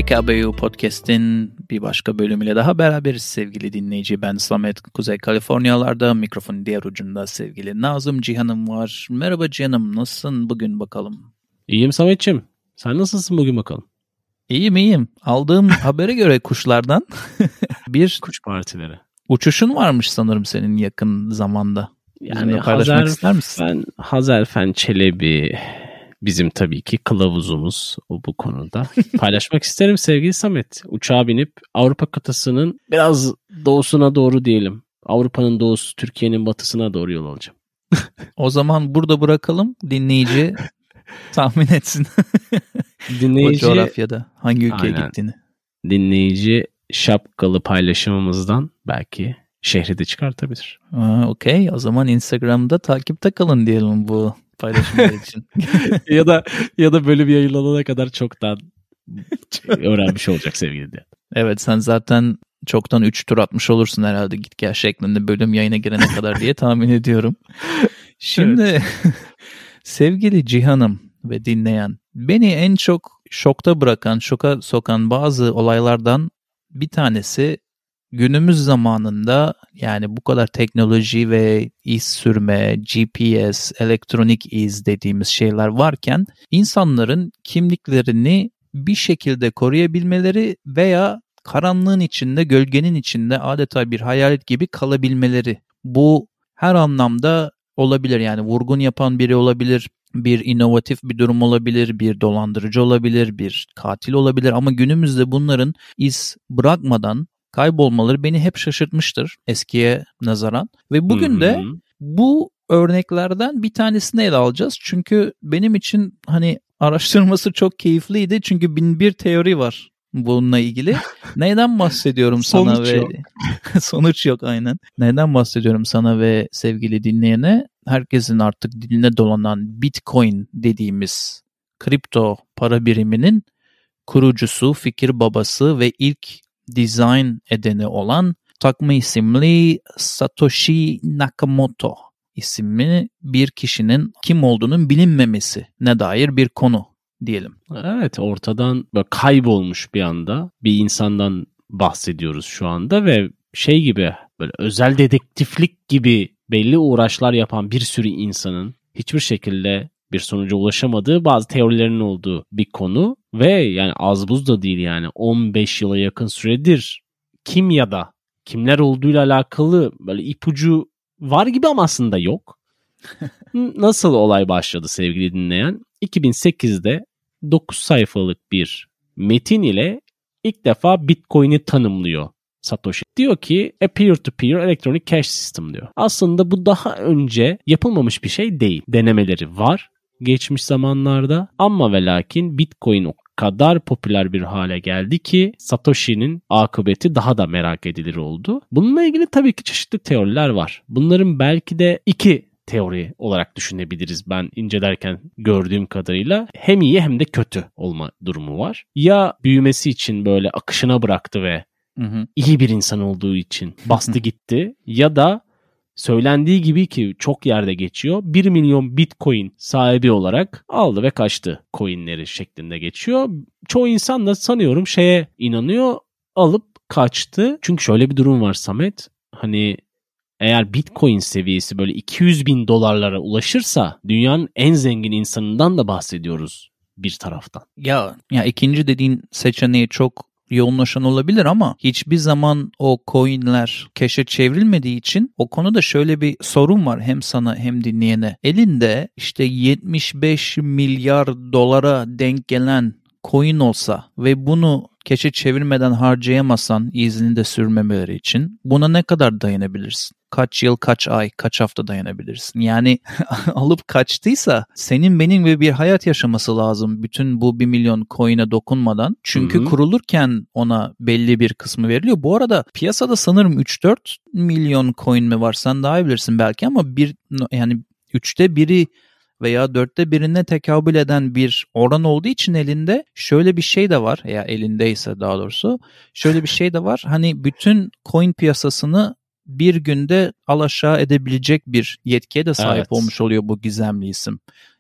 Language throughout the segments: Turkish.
PKBU Podcast'in bir başka bölümüyle daha beraberiz sevgili dinleyici. Ben Samet, Kuzey Kaliforniyalarda. Mikrofonun diğer ucunda sevgili Nazım Cihan'ım var. Merhaba Cihan'ım, nasılsın bugün bakalım? İyiyim Samet'ciğim. Sen nasılsın bugün bakalım? İyiyim. Aldığım habere göre kuşlardan bir kuş partileri. Uçuşun varmış sanırım senin yakın zamanda. Yani paylaşmak ister misin? Hazarfen Çelebi bizim tabii ki kılavuzumuz bu konuda. Paylaşmak isterim sevgili Samet. Uçağa binip Avrupa kıtasının biraz doğusuna doğru diyelim. Avrupa'nın doğusu, Türkiye'nin batısına doğru yol alacağım. O zaman burada bırakalım, dinleyici tahmin etsin. Dinleyici, o coğrafyada hangi ülkeye gittiğini. Dinleyici şapkalı paylaşımımızdan belki şehri de çıkartabilir. Okey, o zaman Instagram'da takipte kalın diyelim bu paylaşımlar için. ya da bölüm yayınlanana kadar çoktan öğrenmiş olacak sevgili diye. Evet, sen zaten çoktan 3 tur atmış olursun herhalde git gel şeklinde bölüm yayına girene kadar diye tahmin ediyorum. Şimdi evet. Sevgili Cihan'ım ve dinleyen, beni en çok şokta bırakan, şoka sokan bazı olaylardan bir tanesi günümüz zamanında, yani bu kadar teknoloji ve iz sürme, GPS, elektronik iz dediğimiz şeyler varken insanların kimliklerini bir şekilde koruyabilmeleri veya karanlığın içinde, gölgenin içinde adeta bir hayalet gibi kalabilmeleri. Bu her anlamda olabilir, yani vurgun yapan biri olabilir, bir inovatif bir durum olabilir, bir dolandırıcı olabilir, bir katil olabilir ama günümüzde bunların iz bırakmadan kaybolmaları beni hep şaşırtmıştır eskiye nazaran. Ve bugün de bu örneklerden bir tanesini ele alacağız. Çünkü benim için hani araştırması çok keyifliydi. Çünkü 1001 teori var bununla ilgili. Neyden bahsediyorum sana Sonuç ve yok. sonuç yok aynen. Neyden bahsediyorum sana ve sevgili dinleyene? Herkesin artık diline dolanan Bitcoin dediğimiz kripto para biriminin kurucusu, fikir babası ve ilk design edeni olan takma isimli Satoshi Nakamoto isimli bir kişinin kim olduğunun bilinmemesi ne dair bir konu diyelim. Evet, ortadan böyle kaybolmuş bir anda bir insandan bahsediyoruz şu anda ve şey gibi, böyle özel dedektiflik gibi belli uğraşlar yapan bir sürü insanın hiçbir şekilde bir sonuca ulaşamadığı bazı teorilerin olduğu bir konu ve yani az buz da değil, yani 15 yıla yakın süredir kim ya da kimler olduğuyla alakalı böyle ipucu var gibi ama aslında yok. Nasıl olay başladı sevgili dinleyen? 2008'de 9 sayfalık bir metin ile ilk defa Bitcoin'i tanımlıyor Satoshi. Diyor ki a peer-to-peer electronic cash system diyor. Aslında bu daha önce yapılmamış bir şey değil. Denemeleri var geçmiş zamanlarda ama ve lakin Bitcoin o kadar popüler bir hale geldi ki Satoshi'nin akıbeti daha da merak edilir oldu. Bununla ilgili tabii ki çeşitli teoriler var. Bunların belki de iki teori olarak düşünebiliriz ben incelerken gördüğüm kadarıyla. Hem iyi hem de kötü olma durumu var. Ya büyümesi için böyle akışına bıraktı ve iyi bir insan olduğu için bastı gitti, ya da söylendiği gibi ki çok yerde geçiyor, 1 milyon Bitcoin sahibi olarak aldı ve kaçtı coinleri şeklinde geçiyor. Çoğu insan da sanıyorum şeye inanıyor, alıp kaçtı. Çünkü şöyle bir durum var Samet, hani eğer Bitcoin seviyesi böyle 200 bin dolarlara ulaşırsa dünyanın en zengin insanından da bahsediyoruz bir taraftan. Ya ikinci dediğin seçeneği çok yoğunlaşan olabilir ama hiçbir zaman o coinler cash'e çevrilmediği için o konuda şöyle bir sorun var hem sana hem dinleyene. Elinde işte 75 milyar dolara denk gelen coin olsa ve bunu cash'e çevirmeden harcayamazsan iznini de sürmemeleri için buna ne kadar dayanabilirsin? Kaç yıl, kaç ay, kaç hafta dayanabilirsin? Yani alıp kaçtıysa senin benim gibi bir hayat yaşaması lazım bütün bu 1 milyon coin'e dokunmadan. Çünkü kurulurken ona belli bir kısmı veriliyor. Bu arada piyasada sanırım 3-4 milyon coin mi var? Sen daha iyi bilirsin belki ama yani 3'te biri veya 4'te birine tekabül eden bir oran olduğu için elinde şöyle bir şey de var, ya elindeyse daha doğrusu şöyle bir şey de var. Hani bütün coin piyasasını bir günde alaşağı edebilecek bir yetkiye de sahip olmuş oluyor bu gizemli isim.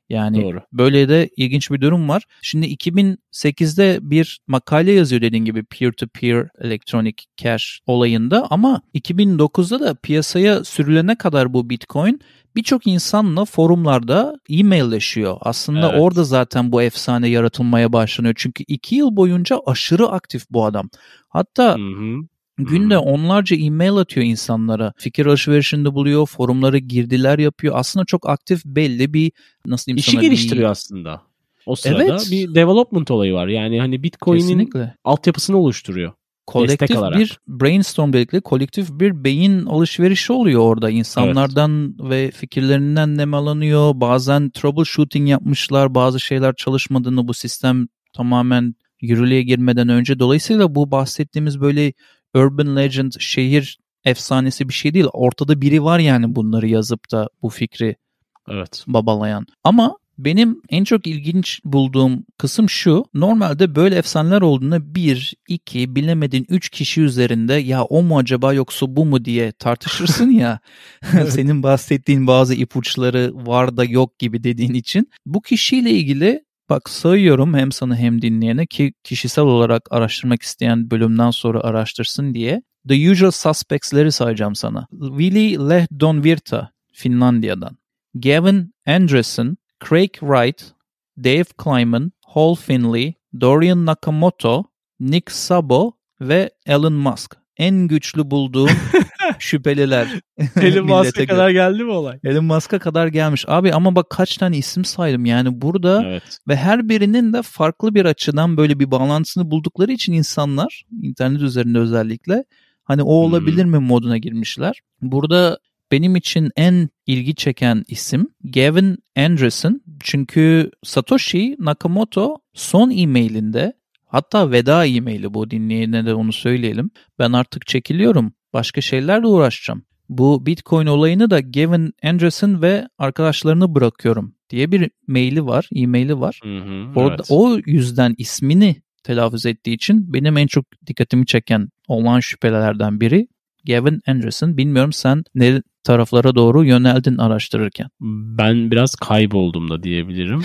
Yani Doğru. böyle de ilginç bir durum var. Şimdi 2008'de bir makale yazıyor dediğin gibi peer-to-peer electronic cash olayında ama 2009'da da piyasaya sürülene kadar bu Bitcoin birçok insanla forumlarda e-mailleşiyor. Aslında Evet. orada zaten bu efsane yaratılmaya başlanıyor. Çünkü 2 yıl boyunca aşırı aktif bu adam. Hatta günde onlarca e-mail atıyor insanlara. Fikir alışverişinde buluyor, forumlara girdiler yapıyor. Aslında çok aktif belli bir nasıl diyeyim İşi sana geliştiriyor aslında. O sırada Evet. bir development olayı var. Yani hani Bitcoin'in Kesinlikle. altyapısını oluşturuyor. Kolektif bir brainstorm dedikleri kolektif bir beyin alışverişi oluyor orada. İnsanlardan ve fikirlerinden nemalanıyor. Bazen troubleshooting yapmışlar. Bazı şeyler çalışmadığını bu sistem tamamen yürürlüğe girmeden önce. Dolayısıyla bu bahsettiğimiz böyle urban legend, şehir efsanesi bir şey değil. Ortada biri var yani bunları yazıp da bu fikri babalayan. Ama benim en çok ilginç bulduğum kısım şu. Normalde böyle efsaneler olduğunda 1, 2, bilemedin 3 kişi üzerinde ya o mu acaba yoksa bu mu diye tartışırsın ya. Senin bahsettiğin bazı ipuçları var da yok gibi dediğin için. Bu kişiyle ilgili bak sayıyorum hem sana hem dinleyene ki kişisel olarak araştırmak isteyen bölümden sonra araştırsın diye. The Usual Suspects'leri sayacağım sana. Vili Lehdonvirta Finlandiya'dan. Gavin Andresen, Craig Wright, Dave Kleiman, Hal Finley, Dorian Nakamoto, Nick Szabo ve Elon Musk. En güçlü bulduğum şüpheliler. Elon Musk'a kadar geldi mi olay? Elon Musk'a kadar gelmiş. Abi ama bak kaç tane isim saydım yani burada ve her birinin de farklı bir açıdan böyle bir bağlantısını buldukları için insanlar internet üzerinde özellikle hani o olabilir mi moduna girmişler. Burada benim için en ilgi çeken isim Gavin Andresen. Çünkü Satoshi Nakamoto son e-mailinde hatta veda e-maili bu dinleyene de onu söyleyelim. Ben artık çekiliyorum. Başka şeylerle uğraşacağım. Bu Bitcoin olayını da Gavin Andresen ve arkadaşlarını bırakıyorum diye bir maili var, e-maili var. Orada, o yüzden ismini telaffuz ettiği için benim en çok dikkatimi çeken olan şüphelerden biri Gavin Andresen. Bilmiyorum sen ne taraflara doğru yöneldin araştırırken. Ben biraz kayboldum da diyebilirim.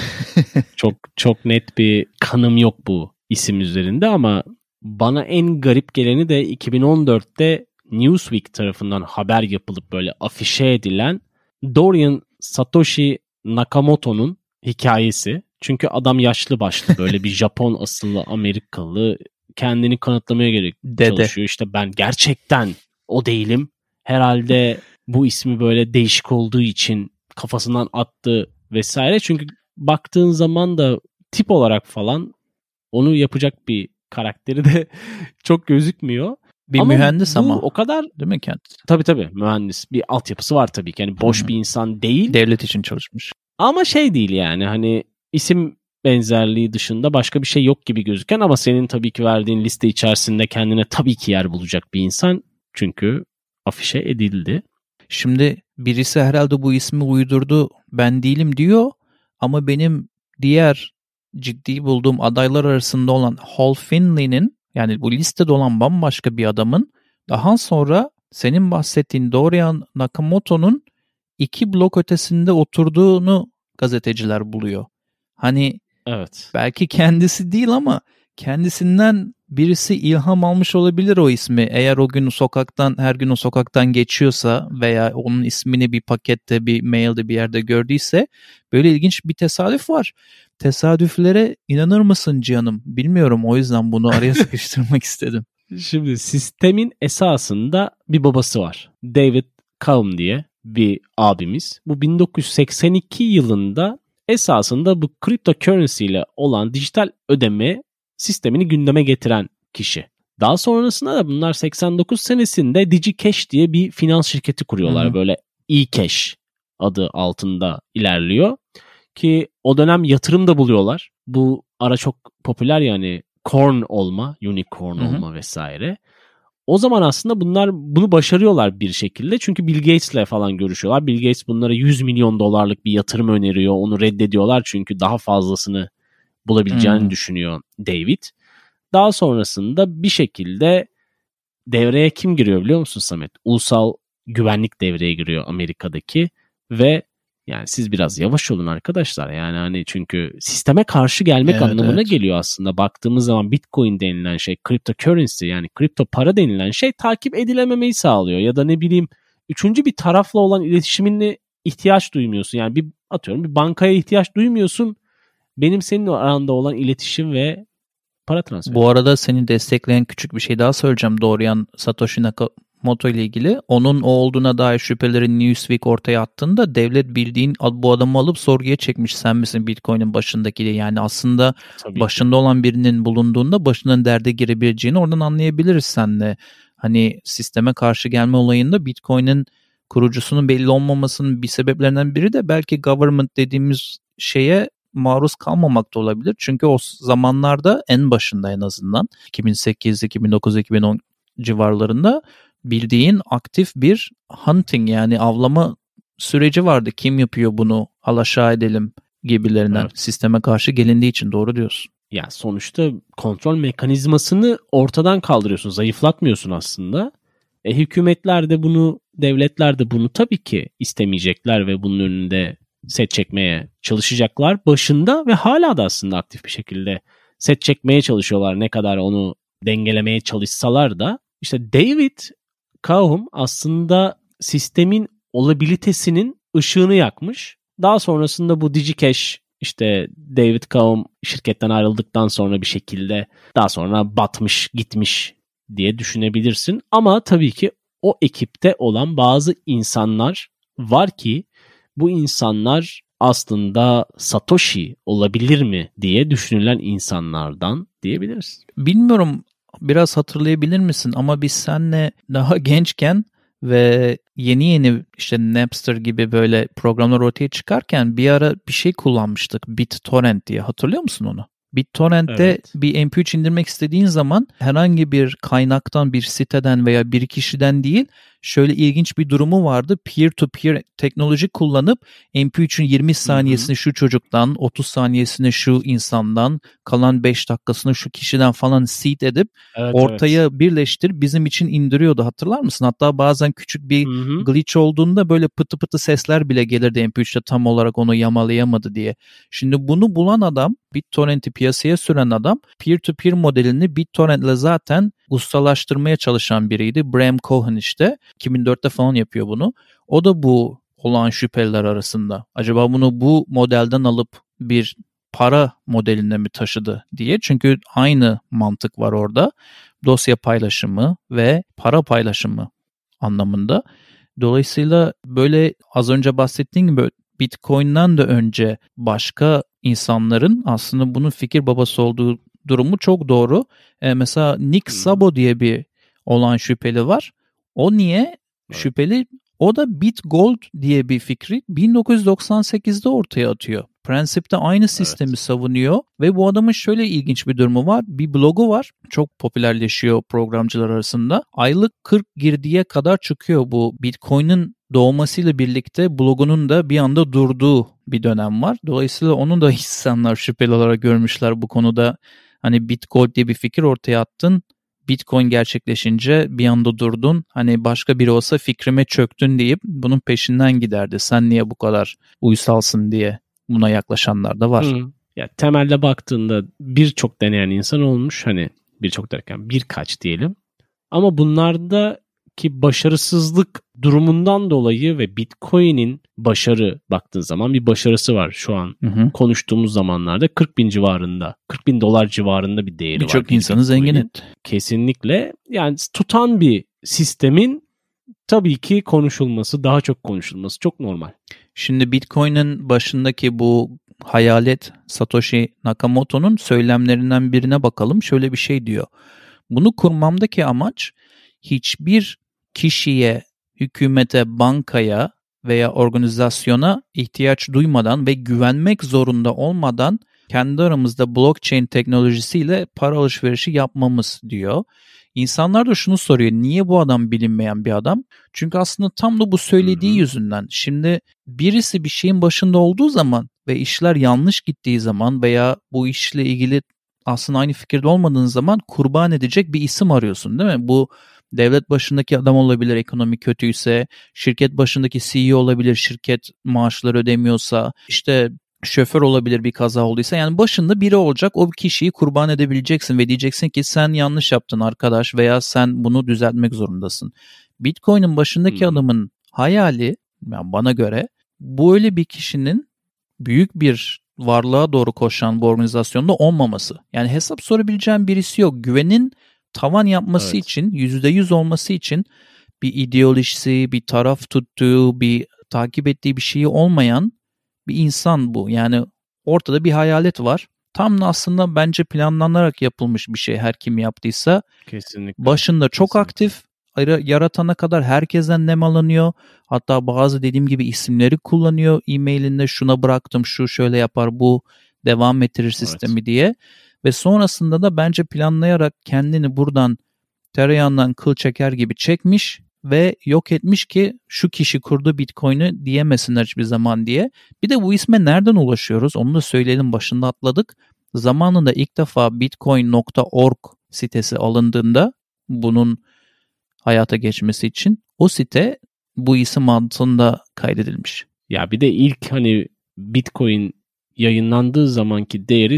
çok net bir kanım yok bu isim üzerinde ama bana en garip geleni de 2014'te Newsweek tarafından haber yapılıp böyle afişe edilen Dorian Satoshi Nakamoto'nun hikayesi. Çünkü adam yaşlı başlı böyle bir Japon asıllı Amerikalı kendini kanıtlamaya gerek çalışıyor. İşte ben gerçekten o değilim. Herhalde bu ismi böyle değişik olduğu için kafasından attı vesaire. Çünkü baktığın zaman da tip olarak falan onu yapacak bir karakteri de çok gözükmüyor. Bir mühendis ama. O kadar değil mi kendisi? Tabii mühendis. Bir altyapısı var tabii ki. Yani boş bir insan değil. Devlet için çalışmış. Ama şey değil yani hani isim benzerliği dışında başka bir şey yok gibi gözüken ama senin tabii ki verdiğin liste içerisinde kendine tabii ki yer bulacak bir insan. Çünkü afişe edildi. Şimdi birisi herhalde bu ismi uydurdu ben değilim diyor ama benim diğer ciddi bulduğum adaylar arasında olan Hal Finley'nin yani bu listede olan bambaşka bir adamın daha sonra senin bahsettiğin Dorian Nakamoto'nun 2 blok ötesinde oturduğunu gazeteciler buluyor. Hani belki kendisi değil ama kendisinden birisi ilham almış olabilir o ismi. Eğer o gün her gün o sokaktan geçiyorsa veya onun ismini bir pakette, bir mailde bir yerde gördüyse böyle ilginç bir tesadüf var. Tesadüflere inanır mısın canım? Bilmiyorum o yüzden bunu araya sıkıştırmak istedim. Şimdi sistemin esasında bir babası var. David Kaum diye bir abimiz. Bu 1982 yılında esasında bu cryptocurrency ile olan dijital ödeme sistemini gündeme getiren kişi. Daha sonrasında da bunlar 89 senesinde DigiCash diye bir finans şirketi kuruyorlar. Böyle eCash adı altında ilerliyor. Ki o dönem yatırım da buluyorlar. Bu ara çok popüler yani corn olma, unicorn olma vesaire. O zaman aslında bunlar bunu başarıyorlar bir şekilde. Çünkü Bill Gates'le falan görüşüyorlar. Bill Gates bunlara 100 milyon dolarlık bir yatırım öneriyor. Onu reddediyorlar çünkü daha fazlasını bulabileceğini düşünüyor David. Daha sonrasında bir şekilde devreye kim giriyor biliyor musun Samet? Ulusal güvenlik devreye giriyor Amerika'daki ve Yani siz biraz yavaş olun arkadaşlar. Yani hani çünkü sisteme karşı gelmek anlamına geliyor aslında. Baktığımız zaman Bitcoin denilen şey, cryptocurrency yani kripto para denilen şey takip edilememeyi sağlıyor. Ya da ne bileyim üçüncü bir tarafla olan iletişimine ihtiyaç duymuyorsun. Yani bir bankaya ihtiyaç duymuyorsun. Benim senin aranda olan iletişim ve para transferi. Bu arada seni destekleyen küçük bir şey daha söyleyeceğim. Doğruyan Satoshi Nakamoto ile ilgili. Onun o olduğuna dair şüpheleri Newsweek ortaya attığında devlet bildiğin bu adamı alıp sorguya çekmiş. Sen misin Bitcoin'in başındaki diye. Yani aslında başında olan birinin bulunduğunda başının derde girebileceğini oradan anlayabiliriz seninle. Hani sisteme karşı gelme olayında Bitcoin'in kurucusunun belli olmamasının bir sebeplerinden biri de belki government dediğimiz şeye maruz kalmamak da olabilir. Çünkü o zamanlarda en başında en azından 2008, 2009, 2010 civarlarında bildiğin aktif bir hunting yani avlama süreci vardı. Kim yapıyor bunu? Alaşağı edelim gibilerinden. Evet. Sisteme karşı gelindiği için doğru diyorsun. Ya sonuçta kontrol mekanizmasını ortadan kaldırıyorsun. Zayıflatmıyorsun aslında. Hükümetler de bunu, devletler de bunu tabii ki istemeyecekler ve bunun önünde set çekmeye çalışacaklar başında ve hala da aslında aktif bir şekilde set çekmeye çalışıyorlar. Ne kadar onu dengelemeye çalışsalar da işte David Kaum aslında sistemin olabilitesinin ışığını yakmış. Daha sonrasında bu DigiCash işte David Kaum şirketten ayrıldıktan sonra bir şekilde daha sonra batmış gitmiş diye düşünebilirsin. Ama tabii ki o ekipte olan bazı insanlar var ki bu insanlar aslında Satoshi olabilir mi diye düşünülen insanlardan diyebiliriz. Bilmiyorum biraz hatırlayabilir misin ama biz seninle daha gençken ve yeni işte Napster gibi böyle programlar ortaya çıkarken bir ara bir şey kullanmıştık. BitTorrent diye hatırlıyor musun onu? BitTorrent'te evet. Bir MP3 indirmek istediğin zaman herhangi bir kaynaktan, bir siteden veya bir kişiden değil, şöyle ilginç bir durumu vardı. Peer-to-peer teknoloji kullanıp MP3'ün 20 saniyesini şu çocuktan, 30 saniyesini şu insandan, kalan 5 dakikasını şu kişiden falan seed edip ortaya birleştirip bizim için indiriyordu. Hatırlar mısın? Hatta bazen küçük bir glitch olduğunda böyle pıtı pıtı sesler bile gelirdi MP3'te tam olarak onu yamalayamadı diye. Şimdi bunu bulan adam, BitTorrent'i piyasaya süren adam peer-to-peer modelini BitTorrent'le zaten ustalaştırmaya çalışan biriydi. Bram Cohen işte 2004'te falan yapıyor bunu. O da bu olağan şüpheliler arasında. Acaba bunu bu modelden alıp bir para modeline mi taşıdı diye. Çünkü aynı mantık var orada. Dosya paylaşımı ve para paylaşımı anlamında. Dolayısıyla böyle az önce bahsettiğim gibi Bitcoin'den de önce başka insanların aslında bunun fikir babası olduğu durumu çok doğru. Mesela Nick Szabo diye bir olan şüpheli var. O niye şüpheli? O da BitGold diye bir fikri 1998'de ortaya atıyor. Prensipte aynı sistemi savunuyor ve bu adamın şöyle ilginç bir durumu var. Bir blogu var. Çok popülerleşiyor programcılar arasında. Aylık 40 girdiye kadar çıkıyor bu Bitcoin'in doğmasıyla birlikte blogunun da bir anda durduğu bir dönem var. Dolayısıyla onu da insanlar şüpheli olarak görmüşler bu konuda. Hani BitGold diye bir fikir ortaya attın. Bitcoin gerçekleşince bir anda durdun. Hani başka biri olsa fikrime çöktün deyip bunun peşinden giderdi. Sen niye bu kadar uysalsın diye buna yaklaşanlar da var. Ya temelde baktığında birçok deneyen insan olmuş. Hani birçok derken birkaç diyelim. Ama bunlardaki başarısızlık durumundan dolayı ve Bitcoin'in baktığın zaman bir başarısı var şu an. Konuştuğumuz zamanlarda 40 bin civarında, 40 bin dolar civarında bir değeri var. Birçok insanı zengin etti. Kesinlikle. Yani tutan bir sistemin tabii ki daha çok konuşulması çok normal. Şimdi Bitcoin'in başındaki bu hayalet Satoshi Nakamoto'nun söylemlerinden birine bakalım. Şöyle bir şey diyor. Bunu kurmamdaki amaç hiçbir kişiye, hükümete, bankaya veya organizasyona ihtiyaç duymadan ve güvenmek zorunda olmadan kendi aramızda blockchain teknolojisiyle para alışverişi yapmamız diyor. İnsanlar da şunu soruyor. Niye bu adam bilinmeyen bir adam? Çünkü aslında tam da bu söylediği yüzünden. Şimdi birisi bir şeyin başında olduğu zaman ve işler yanlış gittiği zaman veya bu işle ilgili aslında aynı fikirde olmadığın zaman kurban edecek bir isim arıyorsun değil mi? Bu devlet başındaki adam olabilir ekonomi kötüyse, şirket başındaki CEO olabilir, şirket maaşları ödemiyorsa, işte şoför olabilir bir kaza olduysa, yani başında biri olacak, o kişiyi kurban edebileceksin ve diyeceksin ki sen yanlış yaptın arkadaş veya sen bunu düzeltmek zorundasın. Bitcoin'in başındaki adamın hayali, yani bana göre böyle bir kişinin büyük bir varlığa doğru koşan bir organizasyonda olmaması. Yani hesap sorabileceğin birisi yok. Güvenin tavan yapması için, %100 olması için bir ideolojisi, bir taraf tuttuğu, bir takip ettiği bir şeyi olmayan bir insan bu. Yani ortada bir hayalet var. Tam da aslında bence planlanarak yapılmış bir şey her kim yaptıysa. Kesinlikle. Başında çok aktif. Yaratana kadar herkesten nemalanıyor. Hatta bazı dediğim gibi isimleri kullanıyor. E-mailinde şuna bıraktım, şu şöyle yapar, bu devam ettirir sistemi diye. Ve sonrasında da bence planlayarak kendini buradan tereyağından kıl çeker gibi çekmiş ve yok etmiş ki şu kişi kurdu Bitcoin'i diyemesinler hiçbir zaman diye. Bir de bu isme nereden ulaşıyoruz? Onu da söyleyelim, başında atladık. Zamanında ilk defa bitcoin.org sitesi alındığında bunun hayata geçmesi için o site bu isim altında kaydedilmiş. Ya bir de ilk hani Bitcoin yayınlandığı zamanki değeri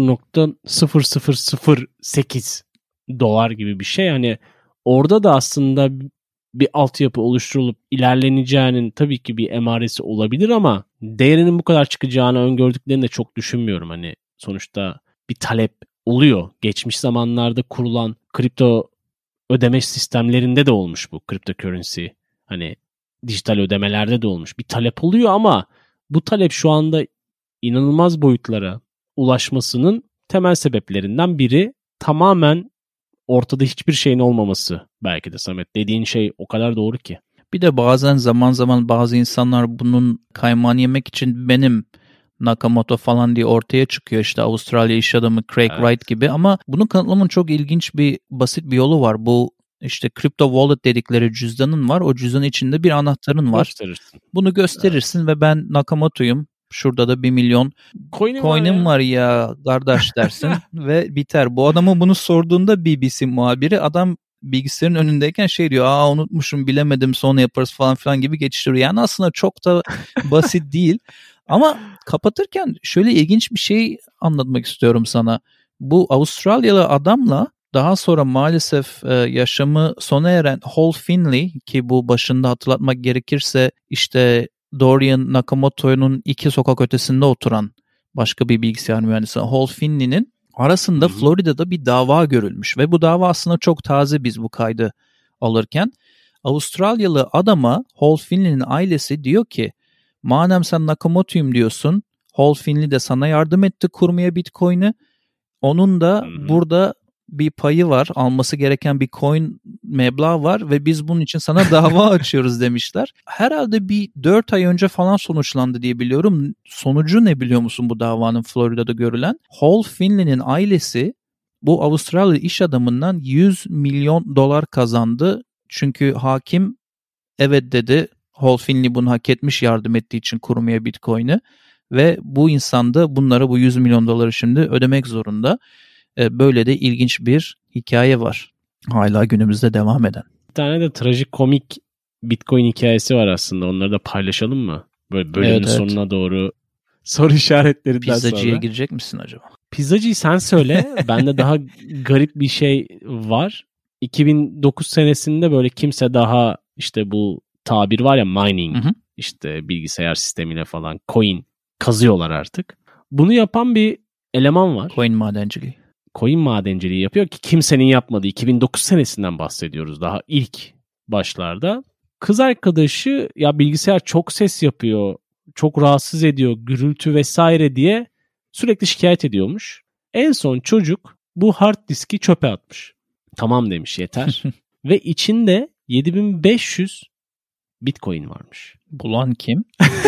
0.0008 dolar gibi bir şey. Hani orada da aslında bir altyapı oluşturulup ilerleneceğinin tabii ki bir emaresi olabilir ama değerinin bu kadar çıkacağını öngördüklerini de çok düşünmüyorum. Hani sonuçta bir talep oluyor. Geçmiş zamanlarda kurulan kripto ödeme sistemlerinde de olmuş bu cryptocurrency. Hani dijital ödemelerde de olmuş. Bir talep oluyor ama bu talep şu anda inanılmaz boyutlara ulaşmasının temel sebeplerinden biri tamamen ortada hiçbir şeyin olmaması belki de Samet. Dediğin şey o kadar doğru ki. Bir de bazen zaman zaman bazı insanlar bunun kaymağını yemek için benim Nakamoto falan diye ortaya çıkıyor, işte Avustralya iş adamı Craig Wright gibi, ama bunu kanıtlamanın çok ilginç bir basit bir yolu var. Bu işte crypto wallet dedikleri cüzdanın var. O cüzdanın içinde bir anahtarın var. Bunu gösterirsin ve ben Nakamoto'yum. Şurada da 1 milyon coin'im var ya kardeş dersin ve biter. Bu adama bunu sorduğunda BBC muhabiri, adam bilgisayarın önündeyken şey diyor, unutmuşum, bilemedim, sonra yaparız falan filan gibi geçiştiriyor. Yani aslında çok da basit değil. Ama kapatırken şöyle ilginç bir şey anlatmak istiyorum sana. Bu Avustralyalı adamla daha sonra maalesef yaşamı sona eren Hal Finley, ki bu başında hatırlatmak gerekirse işte Dorian Nakamoto'nun 2 sokak ötesinde oturan başka bir bilgisayar mühendisi Hal Finley'nin arasında Florida'da bir dava görülmüş ve bu dava aslında çok taze biz bu kaydı alırken. Avustralyalı adama Hal Finley'nin ailesi diyor ki, madem sen Nakamoto'yum diyorsun, Hal Finley de sana yardım etti kurmaya Bitcoin'i. Onun da burada bir payı var. Alması gereken bir coin meblağ var ve biz bunun için sana dava açıyoruz demişler. Herhalde bir 4 ay önce falan sonuçlandı diye biliyorum. Sonucu ne biliyor musun bu davanın Florida'da görülen? Hal Finley'nin ailesi bu Avustralya iş adamından 100 milyon dolar kazandı. Çünkü hakim evet dedi, Hal Finley bunu hak etmiş yardım ettiği için kurmaya Bitcoin'i ve bu insan da bunlara bu 100 milyon doları şimdi ödemek zorunda. Böyle de ilginç bir hikaye var. Hala günümüzde devam eden. Bir tane de trajikomik Bitcoin hikayesi var aslında. Onları da paylaşalım mı? Böyle bölümün sonuna doğru soru işaretlerinden sonra. Pizzacıya girecek misin acaba? Pizzacıyı sen söyle. Bende daha garip bir şey var. 2009 senesinde böyle kimse daha işte bu tabir var ya, mining, işte bilgisayar sistemiyle falan coin kazıyorlar artık. Bunu yapan bir eleman var. Coin madenciliği. Coin madenciliği yapıyor ki kimsenin yapmadığı, 2009 senesinden bahsediyoruz, daha ilk başlarda. Kız arkadaşı ya bilgisayar çok ses yapıyor, çok rahatsız ediyor, gürültü vesaire diye sürekli şikayet ediyormuş. En son çocuk bu hard diski çöpe atmış. Tamam demiş, yeter. Ve içinde 7500 Bitcoin varmış. Bulan kim?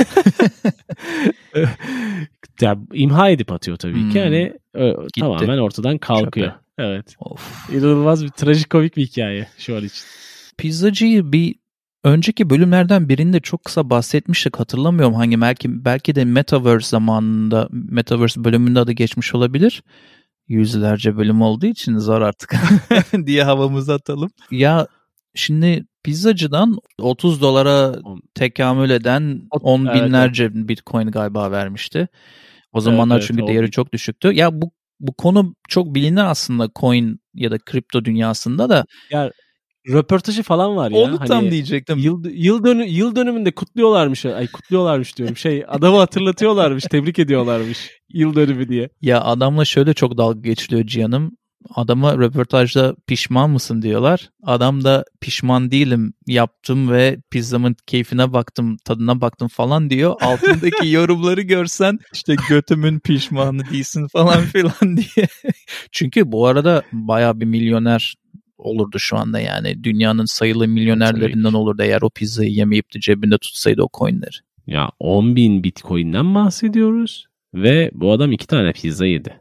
Ya, imha edip atıyor tabii ki. Hani tamamen ortadan kalkıyor. Çöpe. Evet. Of. İnanılmaz bir trajikomik bir hikaye şu an için. Pizzacıyı bir önceki bölümlerden birinde çok kısa bahsetmiştik. Hatırlamıyorum hangi, belki de Metaverse zamanında, Metaverse bölümünde adı geçmiş olabilir. Yüzlerce bölüm olduğu için zor artık diye havamızı atalım. Ya şimdi pizzacıdan $30 tekamül eden 10 binlerce Bitcoin galiba vermişti. O zamanlar çünkü değeri çok düşüktü. Ya bu konu çok bilinir aslında coin ya da kripto dünyasında da. Ya röportajı falan var ya. Onu tam diyecektim. Yıl dönümünde kutluyorlarmış. Kutluyorlarmış diyorum. Adamı hatırlatıyorlarmış, tebrik ediyorlarmış yıl dönümü diye. Ya adamla şöyle çok dalga geçiliyor Cihan'ım. Adama röportajda pişman mısın diyorlar. Adam da pişman değilim, yaptım ve pizzamın keyfine baktım, tadına baktım falan diyor. Altındaki yorumları görsen işte götümün pişmanı değilsin falan filan diye. Çünkü bu arada bayağı bir milyoner olurdu şu anda yani. Dünyanın sayılı milyonerlerinden olurdu eğer o pizzayı yemeyip de cebinde tutsaydı o coinleri. Ya 10.000 Bitcoin'den bahsediyoruz ve bu adam 2 tane pizza yedi.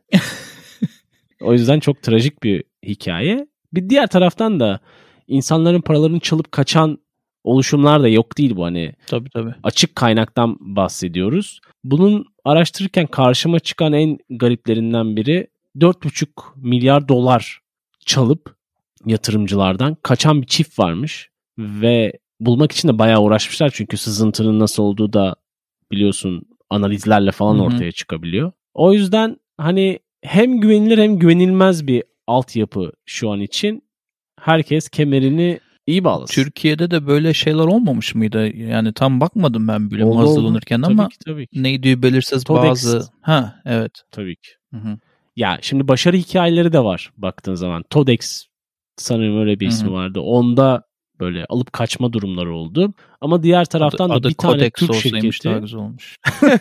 O yüzden çok trajik bir hikaye. Bir diğer taraftan da insanların paralarını çalıp kaçan oluşumlar da yok değil bu, hani. Tabii. Açık kaynaktan bahsediyoruz. Bunun araştırırken karşıma çıkan en gariplerinden biri 4,5 milyar dolar çalıp yatırımcılardan kaçan bir çift varmış ve bulmak için de bayağı uğraşmışlar çünkü sızıntının nasıl olduğu da biliyorsun analizlerle falan ortaya çıkabiliyor. O yüzden hani hem güvenilir hem güvenilmez bir altyapı şu an için. Herkes kemerini iyi bağlasın. Türkiye'de de böyle şeyler olmamış mıydı? Yani tam bakmadım ben bölüm hazırlanırken ama tabii ki. Neydi belirsiz Todex. bazı. Evet. Tabii ki. Hı. Ya şimdi başarı hikayeleri de var baktığın zaman. Todex sanırım öyle bir ismi vardı. Onda böyle alıp kaçma durumları oldu. Ama diğer taraftan da bir tane Türk şirketi. Daha güzel olmuş.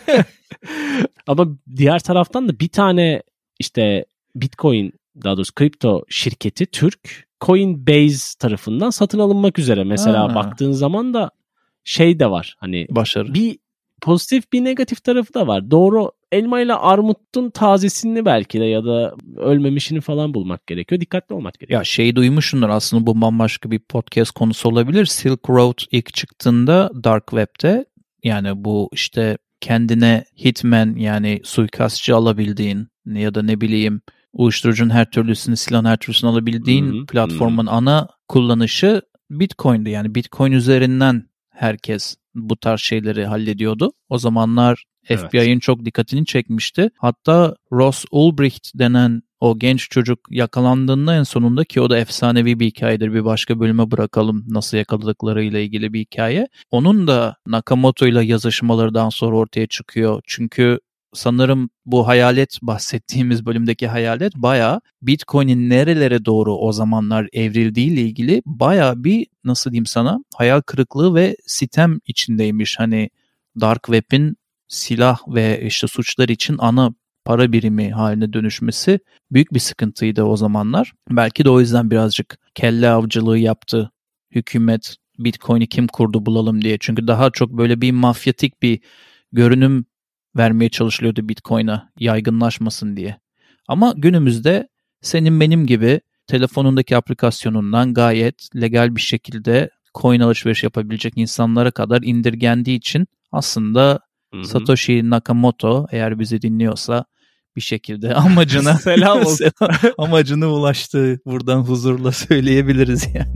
Ama diğer taraftan da bir tane işte Bitcoin, daha doğrusu kripto şirketi Türk, Coinbase tarafından satın alınmak üzere. Mesela baktığın zaman da şey de var. Hani başarı. Bir pozitif bir negatif tarafı da var. Doğru elma ile armutun tazesini belki de ya da ölmemişini falan bulmak gerekiyor. Dikkatli olmak gerekiyor. Ya şey duymuşsundur aslında, bu bambaşka bir podcast konusu olabilir. Silk Road ilk çıktığında Dark Web'te, yani bu işte kendine hitman yani suikastçı alabildiğin ya da ne bileyim uyuşturucunun her türlüsünü, silahın her türlüsünü alabildiğin platformun ana kullanışı Bitcoin'di. Yani Bitcoin üzerinden herkes bu tarz şeyleri hallediyordu. O zamanlar FBI'nin çok dikkatini çekmişti. Hatta Ross Ulbricht denen o genç çocuk yakalandığında en sonunda, ki o da efsanevi bir hikayedir, bir başka bölüme bırakalım nasıl yakaladıklarıyla ilgili bir hikaye. Onun da Nakamoto ile yazışmalardan sonra ortaya çıkıyor. Çünkü sanırım bu hayalet, bahsettiğimiz bölümdeki hayalet bayağı Bitcoin'in nerelere doğru o zamanlar evrildiğiyle ilgili bayağı bir, nasıl diyeyim sana, hayal kırıklığı ve sitem içindeymiş. Hani Dark Web'in silah ve işte suçlar için ana para birimi haline dönüşmesi büyük bir sıkıntıydı o zamanlar. Belki de o yüzden birazcık kelle avcılığı yaptı hükümet, Bitcoin'i kim kurdu bulalım diye. Çünkü daha çok böyle bir mafyatik bir görünüm vermeye çalışılıyordu Bitcoin'a, yaygınlaşmasın diye. Ama günümüzde senin benim gibi telefonundaki aplikasyonundan gayet legal bir şekilde coin alışveriş yapabilecek insanlara kadar indirgendiği için aslında Satoshi Nakamoto eğer bizi dinliyorsa bir şekilde amacına selam olsun. amacına ulaştı. Buradan huzurla söyleyebiliriz yani.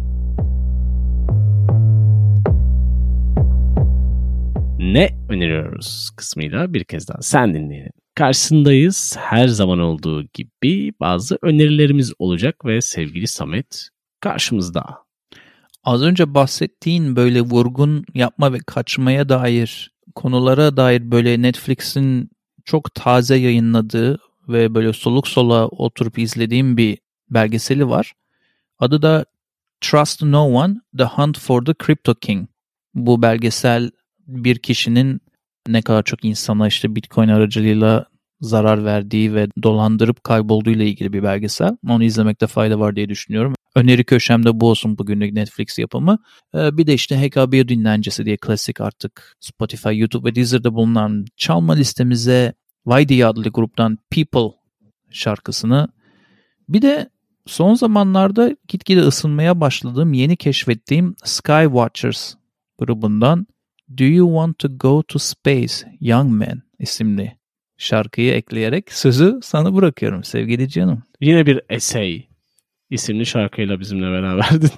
Ne öneriyoruz kısmıyla bir kez daha sen dinleyelim. Karşısındayız. Her zaman olduğu gibi bazı önerilerimiz olacak ve sevgili Samet karşımızda. Az önce bahsettiğin böyle vurgun yapma ve kaçmaya dair konulara dair böyle Netflix'in çok taze yayınladığı ve böyle soluk sola oturup izlediğim bir belgeseli var. Adı da Trust No One: The Hunt for the Crypto King. Bu belgesel bir kişinin ne kadar çok insana işte Bitcoin aracılığıyla zarar verdiği ve dolandırıp kaybolduğu ile ilgili bir belgesel. Onu izlemekte fayda var diye düşünüyorum. Öneri köşemde bu olsun bugünlük Netflix yapımı. Bir de işte HKBO dinlencesi diye klasik artık Spotify, YouTube ve Deezer'da bulunan çalma listemize YD adlı gruptan People şarkısını, bir de son zamanlarda gitgide ısınmaya başladığım, yeni keşfettiğim Skywatchers grubundan Do You Want To Go To Space Young Man isimli şarkıyı ekleyerek sözü sana bırakıyorum sevgili canım. Yine bir Essay isimli şarkıyla bizimle beraberdin.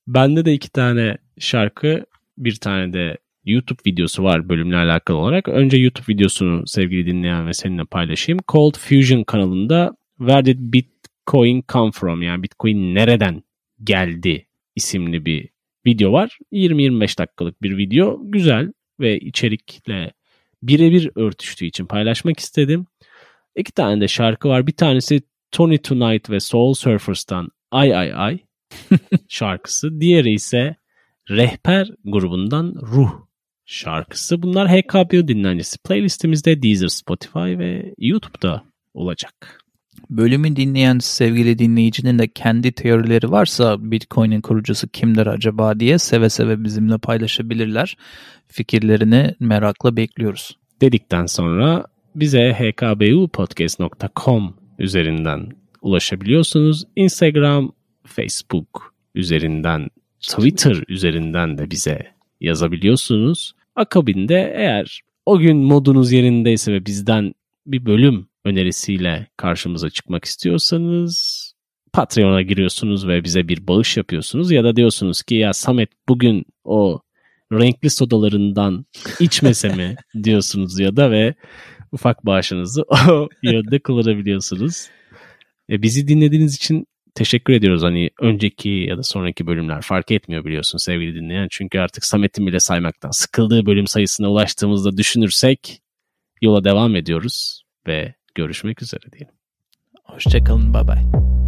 Bende de 2 tane şarkı, bir tane de YouTube videosu var bölümle alakalı olarak. Önce YouTube videosunu sevgili dinleyen ve seninle paylaşayım. Cold Fusion kanalında Where Did Bitcoin Come From? Yani Bitcoin nereden geldi isimli bir video var. 20-25 dakikalık bir video. Güzel ve içerikle birebir örtüştüğü için paylaşmak istedim. 2 tane de şarkı var. Bir tanesi Tony Tonight ve Soul Surfers'tan Ay Ay Ay şarkısı. Diğeri ise Rehber grubundan Ruh şarkısı. Bunlar HKBO dinlencesi playlistimizde Deezer, Spotify ve YouTube'da olacak. Bölümü dinleyen sevgili dinleyicinin de kendi teorileri varsa Bitcoin'in kurucusu kimdir acaba diye seve seve bizimle paylaşabilirler. Fikirlerini merakla bekliyoruz. Dedikten sonra bize hkbupodcast.com üzerinden ulaşabiliyorsunuz. Instagram, Facebook üzerinden, Twitter üzerinden de bize yazabiliyorsunuz. Akabinde eğer o gün modunuz yerindeyse ve bizden bir bölüm önerisiyle karşımıza çıkmak istiyorsanız Patreon'a giriyorsunuz ve bize bir bağış yapıyorsunuz. Ya da diyorsunuz ki ya Samet bugün o renkli sodalarından içmese mi diyorsunuz ya da ve ufak bağışınızı o yönde kullanabiliyorsunuz. Bizi dinlediğiniz için teşekkür ediyoruz. Hani önceki ya da sonraki bölümler fark etmiyor biliyorsun sevgili dinleyen. Çünkü artık Samet'in bile saymaktan sıkıldığı bölüm sayısına ulaştığımızda düşünürsek yola devam ediyoruz ve görüşmek üzere diyelim. Hoşçakalın, bye bye.